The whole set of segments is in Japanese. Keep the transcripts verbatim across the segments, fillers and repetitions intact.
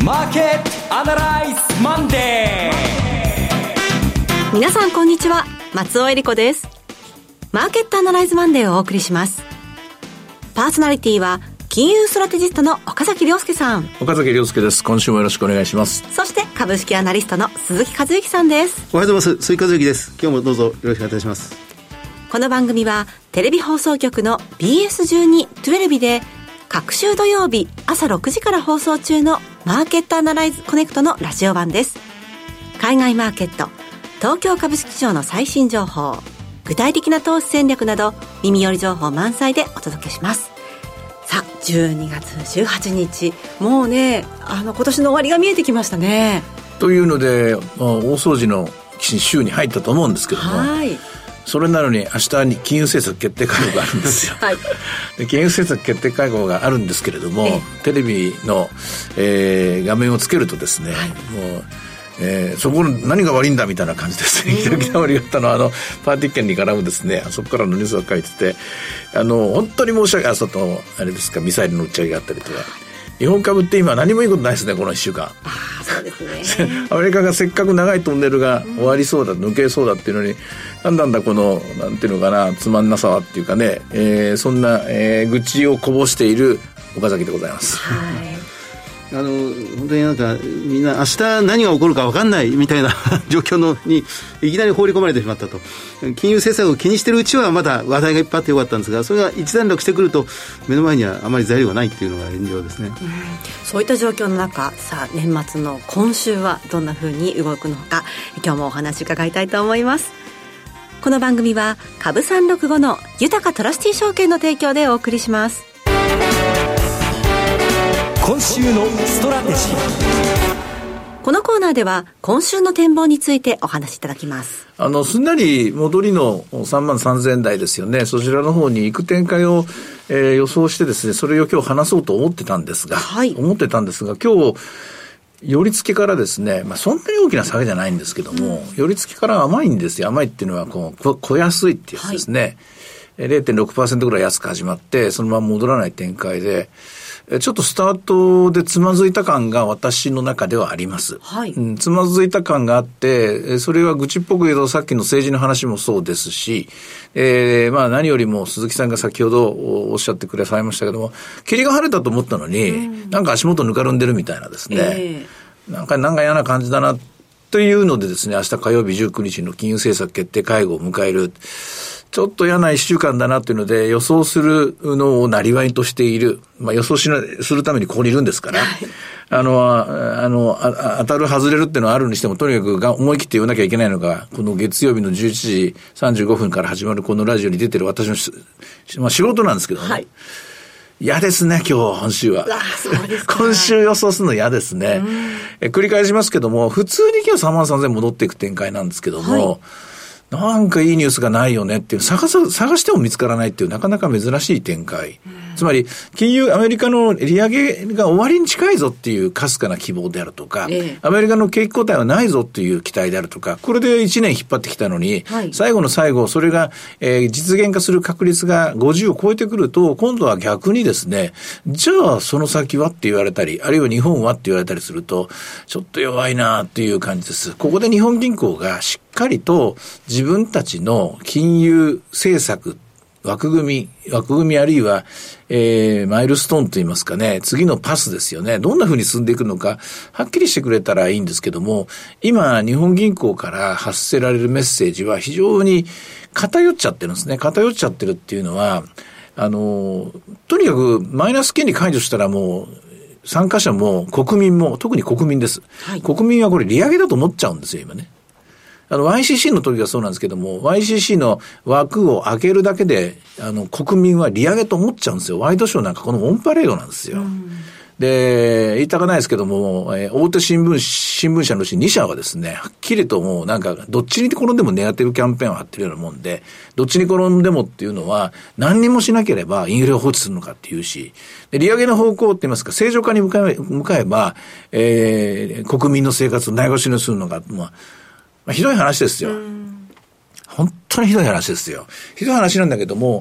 マーケットアナライズマンデー。 皆さんこんにちは、松尾恵理子です。マーケットアナライズマンデーをお送りします。パーソナリティは金融ストラテジストの岡崎亮介さん。 岡崎亮介です。今週もよろしくお願いします。 そして株式アナリストの鈴木和之さんです。 おはようございます。鈴木和之です。今日もどうぞよろしくお願いいたします。 この番組はテレビ放送局の ビーエスじゅうに じゅうに で各週土曜日朝ろくじから放送中のマーケットアナライズコネクトのラジオ版です。海外マーケット、東京株式市場の最新情報、具体的な投資戦略など耳寄り情報満載でお届けします。さあじゅうにがつじゅうはちにち、もうね、あの今年の終わりが見えてきましたね。というので、まあ、大掃除の週に入ったと思うんですけども、はい、それなのに明日に金融政策決定会合があるんですよ、はい、で金融政策決定会合があるんですけれども、テレビの、えー、画面をつけるとですね、はい、もうえー、そこの何が悪いんだみたいな感じですね。北森方のあのパーティー券に絡むですね、あそこからのニュースが書いてて、あの本当に申し訳ない。あそこあれですか、ミサイルの打ち上げがあったりとか、日本株って今何もいいことないですね、このいっしゅうかん。 あ、そうですね。 アメリカがせっかく長いトンネルが終わりそうだ、うん、抜けそうだっていうのに、なんだんだこのなんていうのかな、つまんなさはっていうかね、えー、そんな、えー、愚痴をこぼしている岡崎でございます。 はい、あの本当になんかみんな明日何が起こるか分かんないみたいな状況のにいきなり放り込まれてしまったと。金融政策を気にしているうちはまだ話題がいっぱいあってよかったんですが、それが一段落してくると目の前にはあまり材料がないっていうのが現状ですね、うん、 そういった状況の中、さあ年末の今週はどんな風に動くのか、今日もお話伺いたいと思います。この番組は株さんろくごの豊かトラスティ証券の提供でお送りします。 今週のストラテジー。 このコーナーでは今週の展望についてお話しいただきます。 あのすんなり戻りのさんまんさんぜん台ですよね。そちらの方に行く展開を、えー、予想してですね、それを今日話そうと思ってたんですが、はい、思ってたんですが、今日寄り付きからですね、まあ、そんなに大きな下げじゃないんですけども、うん、寄り付きから甘いんですよ。甘いっていうのはこう小安いっていうやつですね、はい、ゼロてんろくパーセント ぐらい安く始まってそのまま戻らない展開で、ちょっとスタートでつまずいた感が私の中ではあります、はい、うん、つまずいた感があって、それは愚痴っぽく言うとさっきの政治の話もそうですし、えー、まあ何よりも鈴木さんが先ほどおっしゃってくださいましたけども、霧が晴れたと思ったのに、うん、なんか足元ぬかるんでるみたいなですね、えー、なんかなんか嫌な感じだなというのでですね、明日火曜日じゅうくにちの金融政策決定会合を迎える、ちょっと嫌な一週間だなというので予想するのをなりわいとしている。まあ予想しな、するためにここにいるんですから、はい、あの、ああのあ、当たる外れるっていうのはあるにしても、とにかくが思い切って言わなきゃいけないのが、この月曜日のじゅういちじさんじゅうごふんから始まるこのラジオに出てる私の、まあ仕事なんですけどね。はい、嫌ですね、今日、今週は。 そうですか。 今週予想するの嫌ですね。え繰り返しますけども、普通に今日さんまんさんぜん戻っていく展開なんですけども、はい、なんかいいニュースがないよねっていう、探さ、探しても見つからないっていうなかなか珍しい展開。つまり、金融、アメリカの利上げが終わりに近いぞっていうかすかな希望であるとか、ええ、アメリカの景気後退はないぞっていう期待であるとか、これでいちねん引っ張ってきたのに、はい、最後の最後、それが、えー、実現化する確率がごじゅうを超えてくると、今度は逆にですね、じゃあその先はって言われたり、あるいは日本はって言われたりすると、ちょっと弱いなっていう感じです。ここで日本銀行がしっかりと自分たちの金融政策、枠組み、枠組みあるいは、えー、マイルストーンといいますかね、次のパスですよね。どんな風に進んでいくのか、はっきりしてくれたらいいんですけども、今、日本銀行から発せられるメッセージは非常に偏っちゃってるんですね。偏っちゃってるっていうのは、あの、とにかくマイナス金利解除したらもう、参加者も国民も、特に国民です。はい、国民はこれ利上げだと思っちゃうんですよ、今ね。あの ワイシーシー の時はそうなんですけども、ワイシーシー の枠を開けるだけで、あの国民は利上げと思っちゃうんですよ。ワイドショーなんかこのオンパレードなんですよ。で、言いたくないですけども、えー、大手新聞、新聞社のうちに社はですね、はっきりともうなんか、どっちに転んでもネガティブキャンペーンを張ってるようなもんで、どっちに転んでもっていうのは、何にもしなければインフレを放置するのかっていうし、で利上げの方向って言いますか、正常化に向かえ、向かえば、えー、国民の生活をないがしろにするのか、まあ、ひどい話ですよ。本当にひどい話ですよ。ひどい話なんだけども、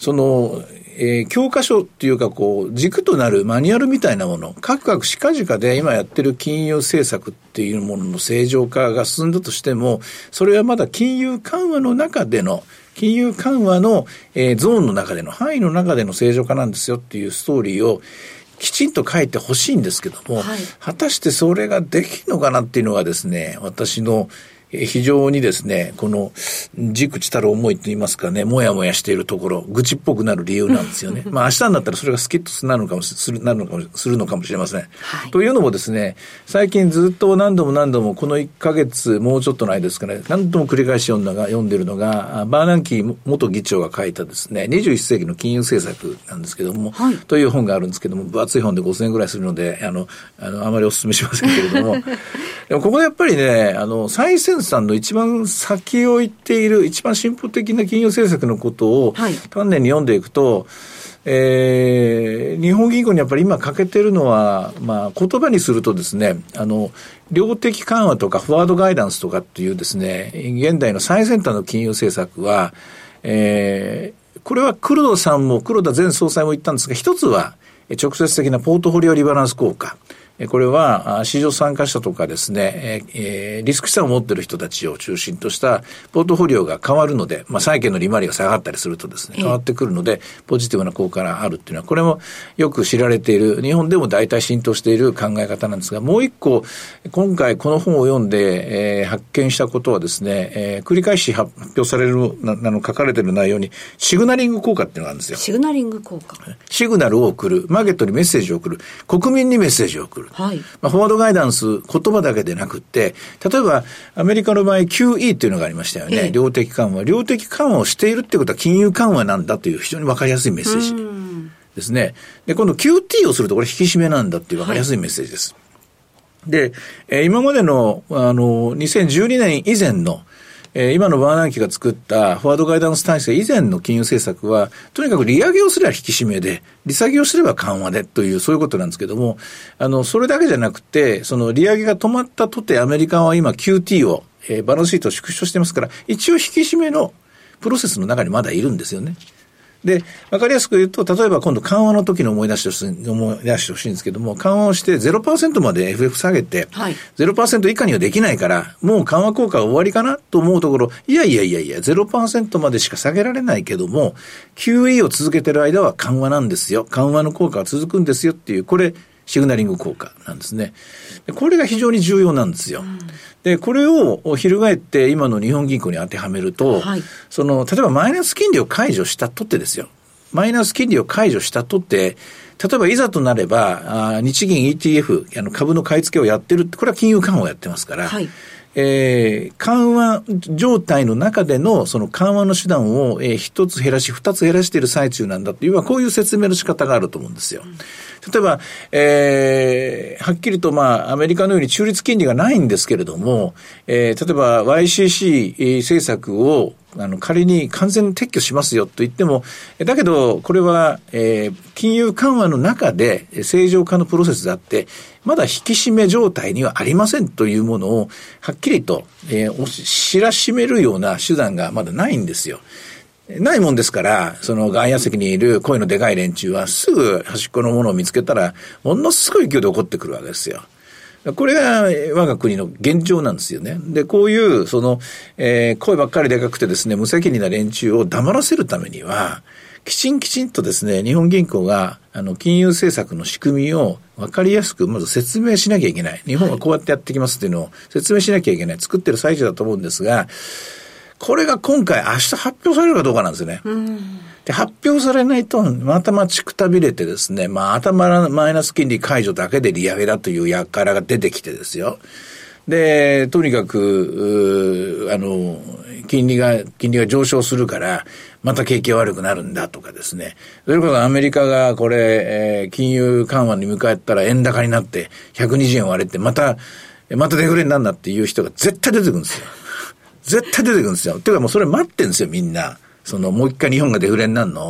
その、えー、教科書っていうかこう軸となるマニュアルみたいなもの、各々しかじかで今やってる金融政策っていうものの正常化が進んだとしても、それはまだ金融緩和の中での金融緩和の、えー、ゾーンの中での範囲の中での正常化なんですよっていうストーリーをきちんと書いてほしいんですけども、はい、果たしてそれができるのかなっていうのがですね、私の非常にですね、このじくちたる思いと言いますかね、もやもやしているところ、愚痴っぽくなる理由なんですよね。まあ明日になったらそれがスキッとなるのかもする、なるのかもするのかもしれません。はい、というのもですね、最近ずっと何度も何度もこのいっかげつもうちょっとの間ですかね、何度も繰り返し読んだが読んでるのがバーナンキー元議長が書いたですね、にじゅういっせいきの金融政策なんですけども、はい、という本があるんですけども、分厚い本でごせんえんぐらいするので、あのあのあまりお勧めしませんけれども、でもここでやっぱりね、あの最先端の一番先を行っている一番進歩的な金融政策のことを丹念に読んでいくと、はい、えー、日本銀行にやっぱり今欠けてるのは、まあ、言葉にするとですね、あの量的緩和とかフォワードガイダンスとかっていうですね、現代の最先端の金融政策は、えー、これは黒田さんも黒田前総裁も言ったんですが、一つは直接的なポートフォリオリバランス効果。これは市場参加者とかですね、えー、リスク資産を持っている人たちを中心としたポートフォリオが変わるので、まあ債券の利回りが下がったりするとですね、変わってくるので、ポジティブな効果があるっていうのは、これもよく知られている、日本でも大体浸透している考え方なんですが、もう一個、今回この本を読んで、えー、発見したことはですね、えー、繰り返し発表されるな、なの書かれている内容に、シグナリング効果っていうのがあるんですよ。 シグナリング効果。 シグナルを送る、マーケットにメッセージを送る、国民にメッセージを送る。はい。まあ、フォワードガイダンス、言葉だけでなくって、例えば、アメリカの場合 キューイー っていうのがありましたよね。ええ、量的緩和。量的緩和をしているってことは金融緩和なんだという非常にわかりやすいメッセージですね。で、今度 キューティー をするとこれ引き締めなんだっていうわかりやすいメッセージです。はい、で、えー、今までの、あの、にせんじゅうにねん以前のえー、今のバーナンキが作ったフォワードガイダンス体制以前の金融政策は、とにかく利上げをすれば引き締めで、利下げをすれば緩和でという、そういうことなんですけども、あの、それだけじゃなくて、その利上げが止まったとてアメリカは今 キューティー を、えー、バランスシートを縮小してますから、一応引き締めのプロセスの中にまだいるんですよね。で、わかりやすく言うと、例えば今度緩和の時の思い出してほしい、思い出してほしいんですけども、緩和をして ゼロパーセント まで エフエフ 下げて、はい、ゼロパーセント 以下にはできないから、もう緩和効果は終わりかなと思うところ、いやいやいやいや、ゼロパーセント までしか下げられないけども、キューイー を続けてる間は緩和なんですよ。緩和の効果は続くんですよっていう、これ、シグナリング効果なんですね。これが非常に重要なんですよ。うん、で、これを翻って今の日本銀行に当てはめると、はい、その、例えばマイナス金利を解除したとってですよ。マイナス金利を解除したとって、例えばいざとなれば、あ日銀 イーティーエフ、あの株の買い付けをやってるって、これは金融緩和をやってますから、はい、えー、緩和状態の中でのその緩和の手段を、えー、一つ減らし、二つ減らしている最中なんだという、こういう説明の仕方があると思うんですよ。うん、例えば、えー、はっきりとまあ、アメリカのように中立金利がないんですけれども、えー、例えば ワイシーシー 政策をあの仮に完全に撤去しますよと言っても、だけどこれは、えー、金融緩和の中で正常化のプロセスであって、まだ引き締め状態にはありませんというものをはっきりと、えー、知らしめるような手段がまだないんですよ。ないもんですから、その外野席にいる声のでかい連中はすぐ端っこのものを見つけたら、ものすごい勢いで怒ってくるわけですよ。これが我が国の現状なんですよね。で、こういう、その、えー、声ばっかりでかくてですね、無責任な連中を黙らせるためには、きちんきちんとですね、日本銀行が、あの、金融政策の仕組みを分かりやすく、まず説明しなきゃいけない。日本はこうやってやっていきますっていうのを説明しなきゃいけない。作ってる最中だと思うんですが、これが今回明日発表されるかどうかなんですよね。うんで、発表されないと、また待ちくたびれてですね、まあ、頭マイナス金利解除だけで利上げだというやっからが出てきてですよ。で、とにかく、あの、金利が、金利が上昇するから、また景気が悪くなるんだとかですね。それこそアメリカがこれ、えー、金融緩和に向かったら円高になって、ひゃくにじゅうえん割れて、また、またデフレになるんだっていう人が絶対出てくるんですよ。絶対出てくるんですよ。ていうかもうそれ待ってんですよ、みんな。その、もう一回日本がデフレになるの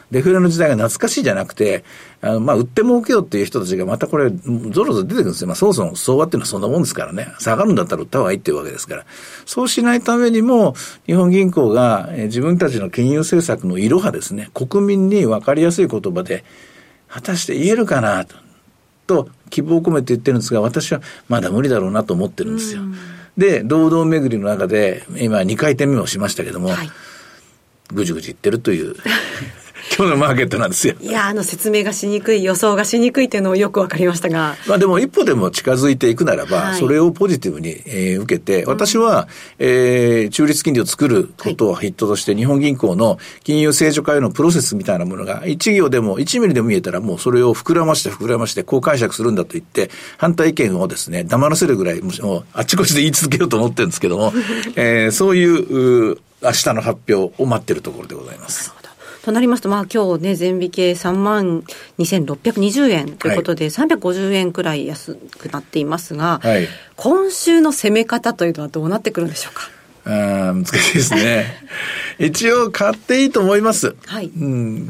デフレの時代が懐かしいじゃなくて、あの、まあ、売って儲けようっていう人たちがまたこれ、ゾロゾロ出てくるんですよ。まあ、そもそも相場っていうのはそんなもんですからね。下がるんだったら売った方がいいっていうわけですから。そうしないためにも、日本銀行が、えー、自分たちの金融政策のいろはですね、国民に分かりやすい言葉で、果たして言えるかなと、と希望を込めて言ってるんですが、私はまだ無理だろうなと思ってるんですよ。で、堂々巡りの中で、今にかいてんめをしましたけども、はい、ぐじぐじ言ってるという今日のマーケットなんですよ。 いや、あの説明がしにくい、予想がしにくいというのもよくわかりましたが、 まあでも一歩でも近づいていくならば、はい、それをポジティブに、えー、受けて、私は、うん、えー、中立金利を作ることを筆頭として、はい、日本銀行の金融正常化へのプロセスみたいなものがいち行でもいちミリでも見えたら、もうそれを膨らまして膨らましてこう解釈するんだと言って、反対意見をですね黙らせるぐらい、もうあっちこっちで言い続けようと思ってるんですけども、えー、そういう明日の発表を待っているところでございます。 となりますと、まあ今日ね、全引けさんまんにせんろっぴゃくにじゅうえんということで、はい、さんびゃくごじゅうえんくらい安くなっていますが、はい、今週の攻め方というのはどうなってくるんでしょうか。 あ、難しいですね。一応買っていいと思います。はい。うん。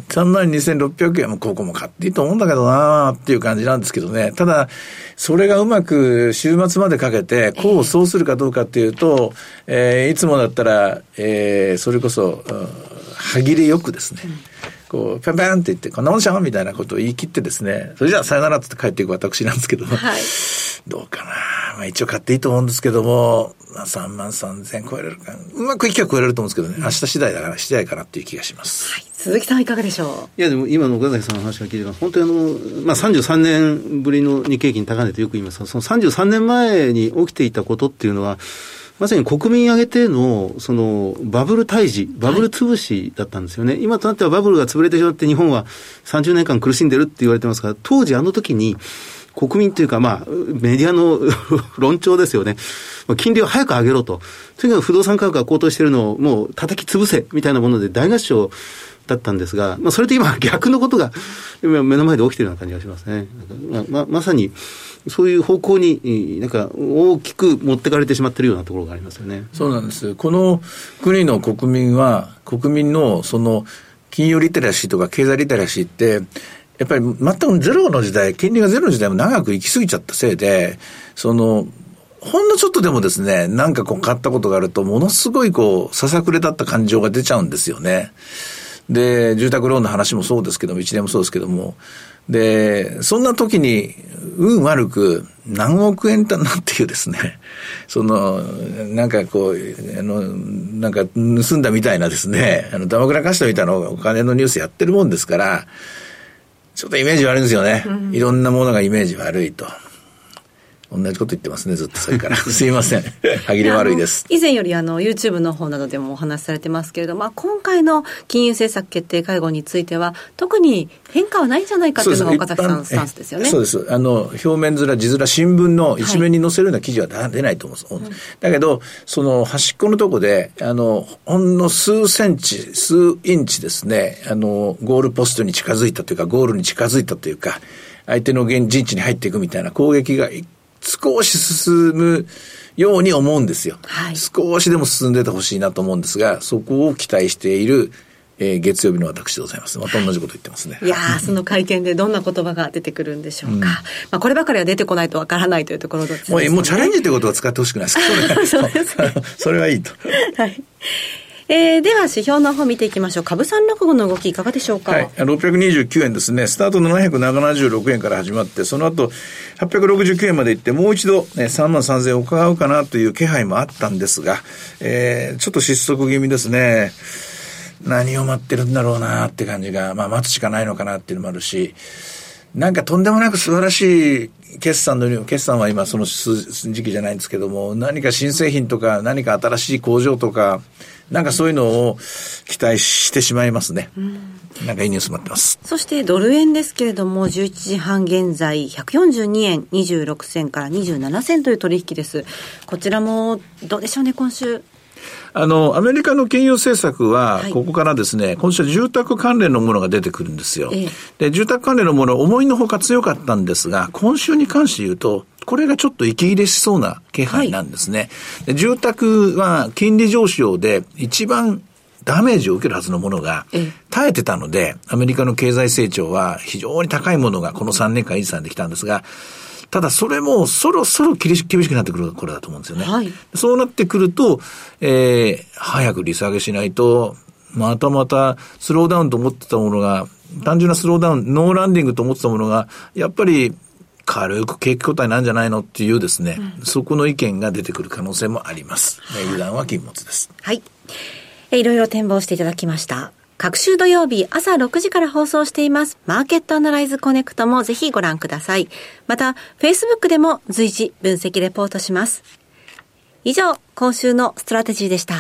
さんまんにせんろっぴゃくえんもここも買っていいと思うんだけどなーっていう感じなんですけどね。ただ、それがうまく週末までかけて、こうそうするかどうかっていうと、えー、えー、いつもだったら、えー、それこそ、うん、歯切れよくですね。うん、こう、パンパンって言って、こんなもんじゃんみたいなことを言い切ってですね、それじゃあさよならって帰っていく私なんですけども、はい、どうかな。まあ一応買っていいと思うんですけども、まあ、さんまんさんぜん超えれるか、うまくいきゃ超えれると思うんですけどね、うん、明日次第だから次第かなっていう気がします。 はい、鈴木さんいかがでしょう。 いやでも今の岡崎さんの話が聞いて本当にあの、まあ、さんじゅうさんねんぶりの日経平均高値とよく言いますが、そのさんじゅうさんねんまえに起きていたことっていうのはまさに国民挙げてのそのバブル退治、バブル潰しだったんですよね。はい、今となってはバブルが潰れてしまって日本はさんじゅうねんかん苦しんでるって言われてますが、当時あの時に国民というか、まあ、メディアの論調ですよね。金利を早く上げろと。とにかく不動産価格が高騰しているのをもう叩き潰せみたいなもので大合唱だったんですが、まあ、それと今逆のことが今目の前で起きているような感じがしますね。まあ、まあ、まさにそういう方向になんか大きく持ってかれてしまっているようなところがありますよね。 そうなんです。この国の国民は、国民のその金融リテラシーとか経済リテラシーって、やっぱり全くゼロの時代、金利がゼロの時代も長く行き過ぎちゃったせいで、その、ほんのちょっとでもですね、なんかこう買ったことがあると、ものすごいこう、ささくれだった感情が出ちゃうんですよね。で、住宅ローンの話もそうですけども、一年もそうですけども、で、そんな時に、運悪く何億円だなっていうですね、その、なんかこう、あの、なんか盗んだみたいなですね、あの、ダマくらかしたみたいなお金のニュースやってるもんですから、ちょっとイメージ悪いんですよね。うん、いろんなものがイメージ悪いと。同じこと言ってますね、ずっとそれから。すいません。歯切れ悪いです。 以前よりあの YouTube の方などでもお話しされてますけれども、まあ、今回の金融政策決定会合については、特に変化はないんじゃないかというのが岡崎さんのスタンスですよね。 そうです。あの、表面面、字面、新聞の一面に載せるような記事は出ないと思うんです。はい、だけど、その端っこのとこで、あの、ほんの数センチ、数インチですね、あの、ゴールポストに近づいたというか、ゴールに近づいたというか、相手の陣地に入っていくみたいな攻撃が、少し進むように思うんですよ。はい、少しでも進んでてほしいなと思うんですが、そこを期待している、えー、月曜日の私でございます。また同じこと言ってますね。 いやー、その会見でどんな言葉が出てくるんでしょうか。うん、まあ、こればかりは出てこないとわからないというところです、ね。 もう、もうチャレンジということは使ってほしくないですか。そうですね。それはいいと。 はい。えー、では指標の方見ていきましょう。株三六五の動きいかがでしょうか。 はい、ろっぴゃくにじゅうきゅうえんですね。スタートななひゃくななじゅうろくえんから始まって、その後はっぴゃくろくじゅうきゅうえんまで行って、もう一度、ね、さんまんさんぜんえんを伺うかなという気配もあったんですが、えー、ちょっと失速気味ですね。何を待ってるんだろうなって感じが、まあ待つしかないのかなっていうのもあるし、なんかとんでもなく素晴らしい決算の、決算は今その時期じゃないんですけども、何か新製品とか何か新しい工場とか、なんかそういうのを期待してしまいますね。うん、なんかいいニュース待ってます。 そしてドル円ですけれども、じゅういちじはん現在ひゃくよんじゅうにえんにじゅうろくせんからにじゅうななせんという取引です。こちらもどうでしょうね、今週。 あの、アメリカの金融政策は、ここからですね、はい、今週は住宅関連のものが出てくるんですよ。ええ、で、住宅関連のもの、思いのほか強かったんですが、今週に関して言うと、これがちょっと息切れしそうな気配なんですね。はい、で住宅は金利上昇で一番ダメージを受けるはずのものが耐えてたので、アメリカの経済成長は非常に高いものがこのさんねんかん維持されてきたんですが、ただそれもそろそろ厳しくなってくる頃だと思うんですよね。はい、そうなってくると、えー、早く利下げしないと、またまたスローダウンと思ってたものが、単純なスローダウン、ノーランディングと思ってたものが、やっぱり軽く景気後退なんじゃないのっていうですね、うん、そこの意見が出てくる可能性もあります。油断は禁物です。 はい。いろいろ展望していただきました。各週土曜日朝ろくじから放送していますマーケットアナライズコネクトもぜひご覧ください。また Facebook でも随時分析レポートします。以上、今週のストラテジーでした。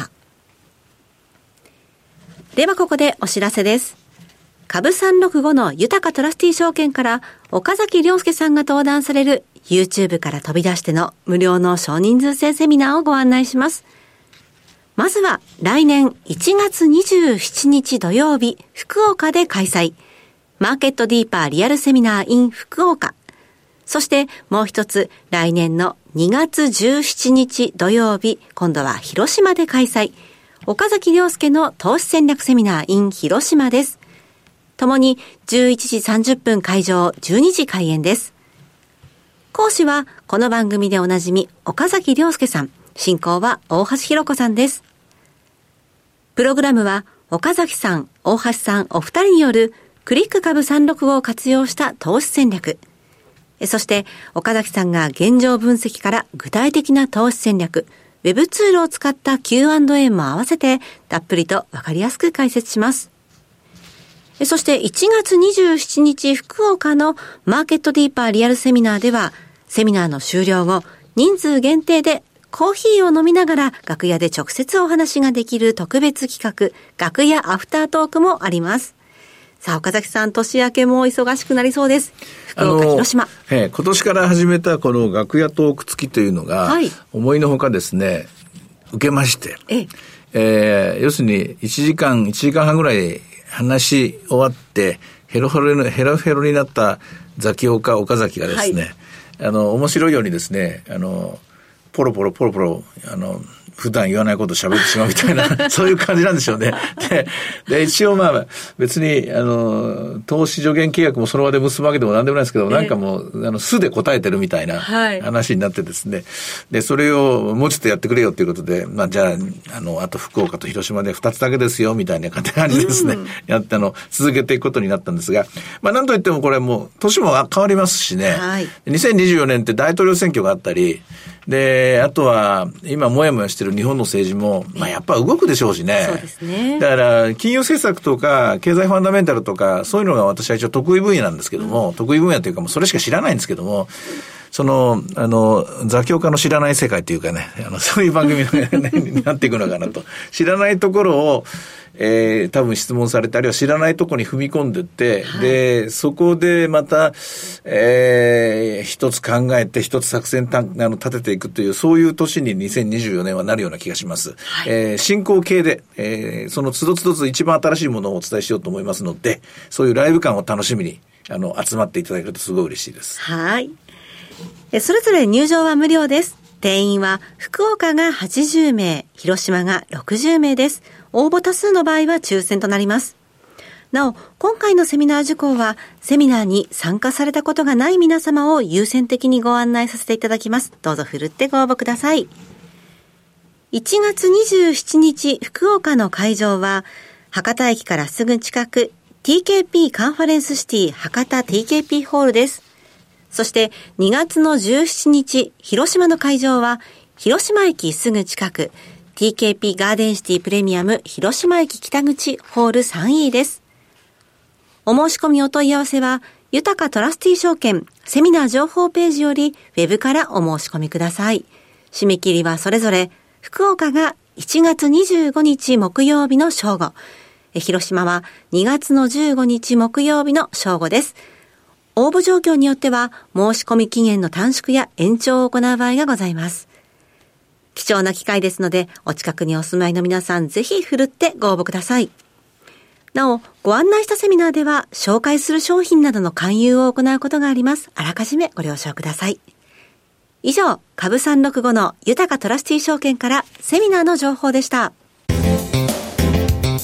ではここでお知らせです。株さんろくごの豊かトラスティ証券から岡崎亮介さんが登壇される YouTube から飛び出しての無料の少人数制セミナーをご案内します。まずは来年いちがつにじゅうしちにち土曜日、福岡で開催。マーケットディーパーリアルセミナー in 福岡。そしてもう一つ、来年のにがつじゅうしちにち土曜日、今度は広島で開催。岡崎亮介の投資戦略セミナー in 広島です。ともにじゅういちじさんじゅっぷん会場、じゅうにじ開演です。講師はこの番組でおなじみ岡崎亮介さん、進行は大橋ひろ子さんです。プログラムは岡崎さん、大橋さんお二人によるクリック株さんろくごを活用した投資戦略。そして岡崎さんが現状分析から具体的な投資戦略、ウェブツールを使った キューアンドエー も合わせてたっぷりとわかりやすく解説します。そしていちがつにじゅうしちにち福岡のマーケットディーパーリアルセミナーでは、セミナーの終了後、人数限定でコーヒーを飲みながら楽屋で直接お話ができる特別企画、楽屋アフタートークもあります。さあ、岡崎さん、年明けも忙しくなりそうです。福岡、広島。 えー、今年から始めたこの楽屋トーク付きというのが、はい、思いのほかですね、受けまして、ええー、要するにいちじかん、いちじかんはんぐらい話し終わって、ヘロヘロの、ヘロヘロになったザキオカ岡崎がですね、はい、あの、面白いようにですね、あの、ポロポロポロポロ、あの、普段言わないことを喋ってしまうみたいな、そういう感じなんでしょうね。で、で一応まあ、別に、あの、投資助言契約もその場で結ぶわけでもなんでもないですけど、えー、なんかもう、あの、素で答えてるみたいな話になってですね。はい、で、それをもうちょっとやってくれよっていうことで、まあ、じゃあ、あの、あと福岡と広島でふたつだけですよ、みたいな感じですね。うん、やって、あの、続けていくことになったんですが、まあ、なんといってもこれもう、年も変わりますしね。はい、にせんにじゅうよねんって大統領選挙があったり、で、あとは、今、もやもやしてる日本の政治も、まあ、やっぱ動くでしょうしね。 そうですね。 だから、金融政策とか、経済ファンダメンタルとか、そういうのが私は一応得意分野なんですけども、うん、得意分野というか、もうそれしか知らないんですけども、その、あの、座教家の知らない世界というかね、あの、そういう番組になっていくのかなと。知らないところを、えー、多分質問されて、あるいは知らないところに踏み込んでって、はい、で、そこでまた、えー、一つ考えて、一つ作戦たあの立てていくという、そういう年ににせんにじゅうよねんはなるような気がします。はい、えー、進行形で、えー、そのつどつどつ一番新しいものをお伝えしようと思いますので、そういうライブ感を楽しみに、あの、集まっていただけるとすごい嬉しいです。 はい。それぞれ入場は無料です。定員は福岡がはちじゅうめい、広島がろくじゅうめいです。応募多数の場合は抽選となります。なお、今回のセミナー受講は、セミナーに参加されたことがない皆様を優先的にご案内させていただきます。どうぞふるってご応募ください。いちがつにじゅうしちにち、福岡の会場は、博多駅からすぐ近く、ティーケーピー カンファレンスシティ博多 ティーケーピー ホールです。そしてにがつのじゅうしちにち、広島の会場は、広島駅すぐ近く、ティーケーピー ガーデンシティプレミアム広島駅北口ホール スリーイー です。お申し込みお問い合わせは、豊かトラスティ証券セミナー情報ページよりウェブからお申し込みください。締め切りはそれぞれ、福岡がいちがつにじゅうごにち木曜日の正午、広島はにがつのじゅうごにち木曜日の正午です。応募状況によっては申し込み期限の短縮や延長を行う場合がございます。貴重な機会ですので、お近くにお住まいの皆さんぜひふるってご応募ください。なお、ご案内したセミナーでは紹介する商品などの勧誘を行うことがあります。あらかじめご了承ください。以上、株さんろくごの豊かトラスティ証券からセミナーの情報でした。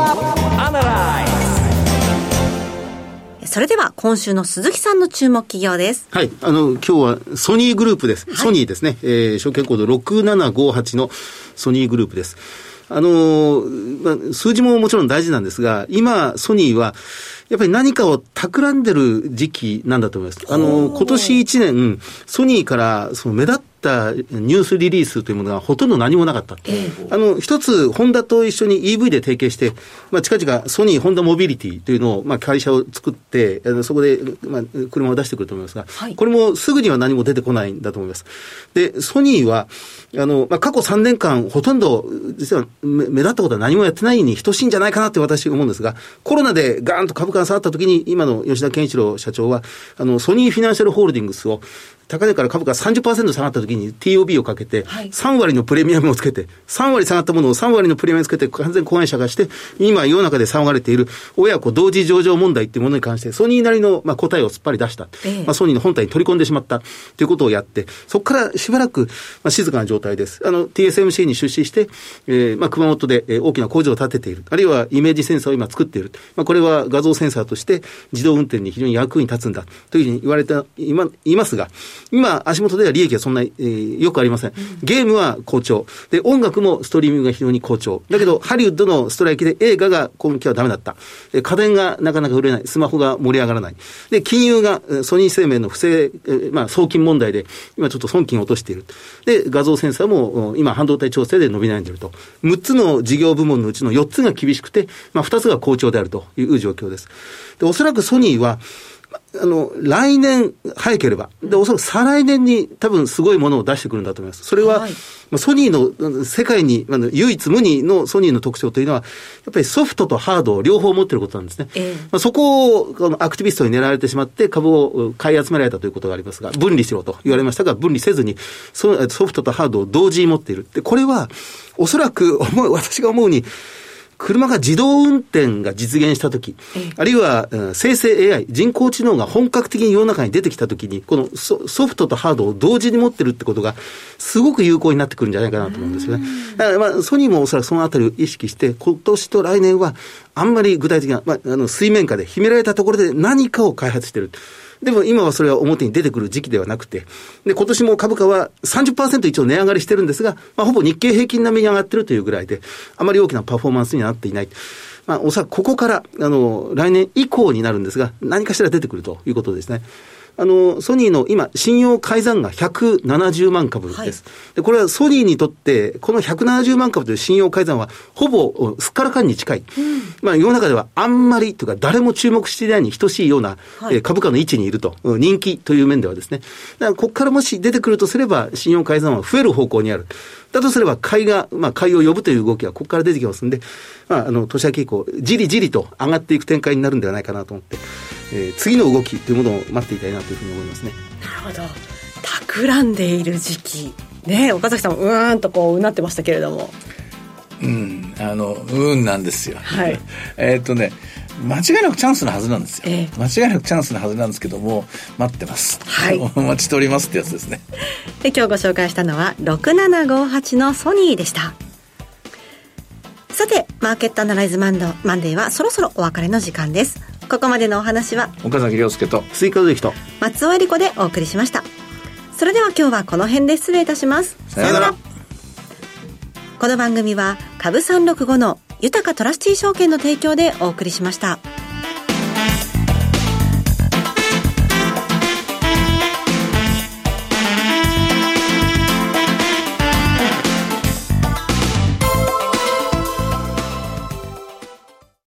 アップアナライズ。それでは今週の鈴木さんの注目企業です。 はい。あの、今日はソニーグループです。はい、ソニーですね。えー、証券コードろくななごはちのソニーグループです。あの、まあ、数字ももちろん大事なんですが、今、ソニーは、やっぱり何かを企んでる時期なんだと思います。あの、今年いちねん、ソニーからその目立ったニュースリリースというものがほとんど何もなかった。えー、あの、一つ、ホンダと一緒に イーブイ で提携して、まあ、近々ソニーホンダモビリティというのを、まあ、会社を作って、あのそこで、まあ、車を出してくると思いますが、はい、これもすぐには何も出てこないんだと思います。で、ソニーは、あの、まあ、過去さんねんかん、ほとんど、実は目立ったことは何もやってないに等しいんじゃないかなって私は思うんですが、コロナでガーンと株価が下がった時に、今の吉田健一郎社長は、あの、ソニーフィナンシャルホールディングスを、高値から株価が さんじゅっパーセント 下がった時に ティーオービー をかけて、さんわりのプレミアムをつけて、さんわり下がったものをさんわりのプレミアムをつけて、完全子会社化して、今世の中で騒がれている親子同時上場問題っていうものに関して、ソニーなりの、まあ、答えをすっぱり出した。ええ、まあ、ソニーの本体に取り込んでしまったということをやって、そこからしばらく、まあ、静かな状態です。あの、ティーエスエムシー に出資して、えー、まあ、熊本で、えー、大きな工場を建てている。あるいはイメージセンサーを今作っている。まあ、これは画像センサーとして自動運転に非常に役に立つんだ。というふうに言われていますが、今、足元では利益はそんな、えー、よくありません。ゲームは好調。で、音楽もストリーミングが非常に好調。だけど、ハリウッドのストライキで映画が今期はダメだった。で、家電がなかなか売れない。スマホが盛り上がらない。で、金融が、ソニー生命の不正、えー、まあ、送金問題で、今ちょっと損金を落としている。で、画像センサーも、今、半導体調整で伸び悩んでいると。むっつの事業部門のうちのよっつが厳しくて、まあ、ふたつが好調であるという状況です。で、おそらくソニーは、あの、来年早ければ、で、おそらく再来年に多分すごいものを出してくるんだと思います。それは、はい、ソニーの世界に、あの、唯一無二のソニーの特徴というのは、やっぱりソフトとハードを両方持っていることなんですね。えーまあ、そこを、このアクティビストに狙われてしまって株を買い集められたということがありますが、分離しろと言われましたが、分離せずに、そのソフトとハードを同時に持っている。で、これは、おそらく思う、私が思うに、車が自動運転が実現したとき、あるいは、うん、生成 エーアイ、人工知能が本格的に世の中に出てきたときに、この ソ, ソフトとハードを同時に持ってるってことが、すごく有効になってくるんじゃないかなと思うんですよね。だからまあ、ソニーもおそらくそのあたりを意識して、今年と来年は、あんまり具体的な、まあ、あの水面下で秘められたところで何かを開発している。でも今はそれは表に出てくる時期ではなくて、で、今年も株価は さんじゅっパーセント 一応値上がりしてるんですが、まあ、ほぼ日経平均並みに上がってるというぐらいで、あまり大きなパフォーマンスにはなっていない。まあ、おそらくここから、あの、来年以降になるんですが、何かしら出てくるということですね。あの、ソニーの今、信用改ざんがひゃくななじゅうまんかぶです。はい、で、これはソニーにとって、このひゃくななじゅうまんかぶという信用改ざんは、ほぼすっからかんに近い。うん、まあ、世の中ではあんまりというか、誰も注目していないに等しいような、はい、えー、株価の位置にいると、人気という面ではですね。だから、ここからもし出てくるとすれば、信用改ざんは増える方向にある。だとすれば、買いが、まあ、買いを呼ぶという動きはここから出てきますんで、まあ、あの、年明け以降、じりじりと上がっていく展開になるんではないかなと思って、えー、次の動きというものを待っていたいなというふうに思いますね。 なるほど。企んでいる時期。ね、岡崎さんもうーんとこう、うなってましたけれども。 うん、あの、うーんなんですよ。はい。えっとね、間違いなくチャンスのはずなんですよ、えー、間違いなくチャンスのはずなんですけども、待ってます、はい、お待ちしておりますってやつですね。 で、今日ご紹介したのはろくななごはちのソニーでした。さて、マーケットアナライズマンドマンデーはそろそろお別れの時間です。ここまでのお話は岡崎亮介と鈴木和之と松尾恵理子でお送りしました。それでは今日はこの辺で失礼いたします。 さよなら。 この番組は株さんろくごの豊かトラスティ証券の提供でお送りしました。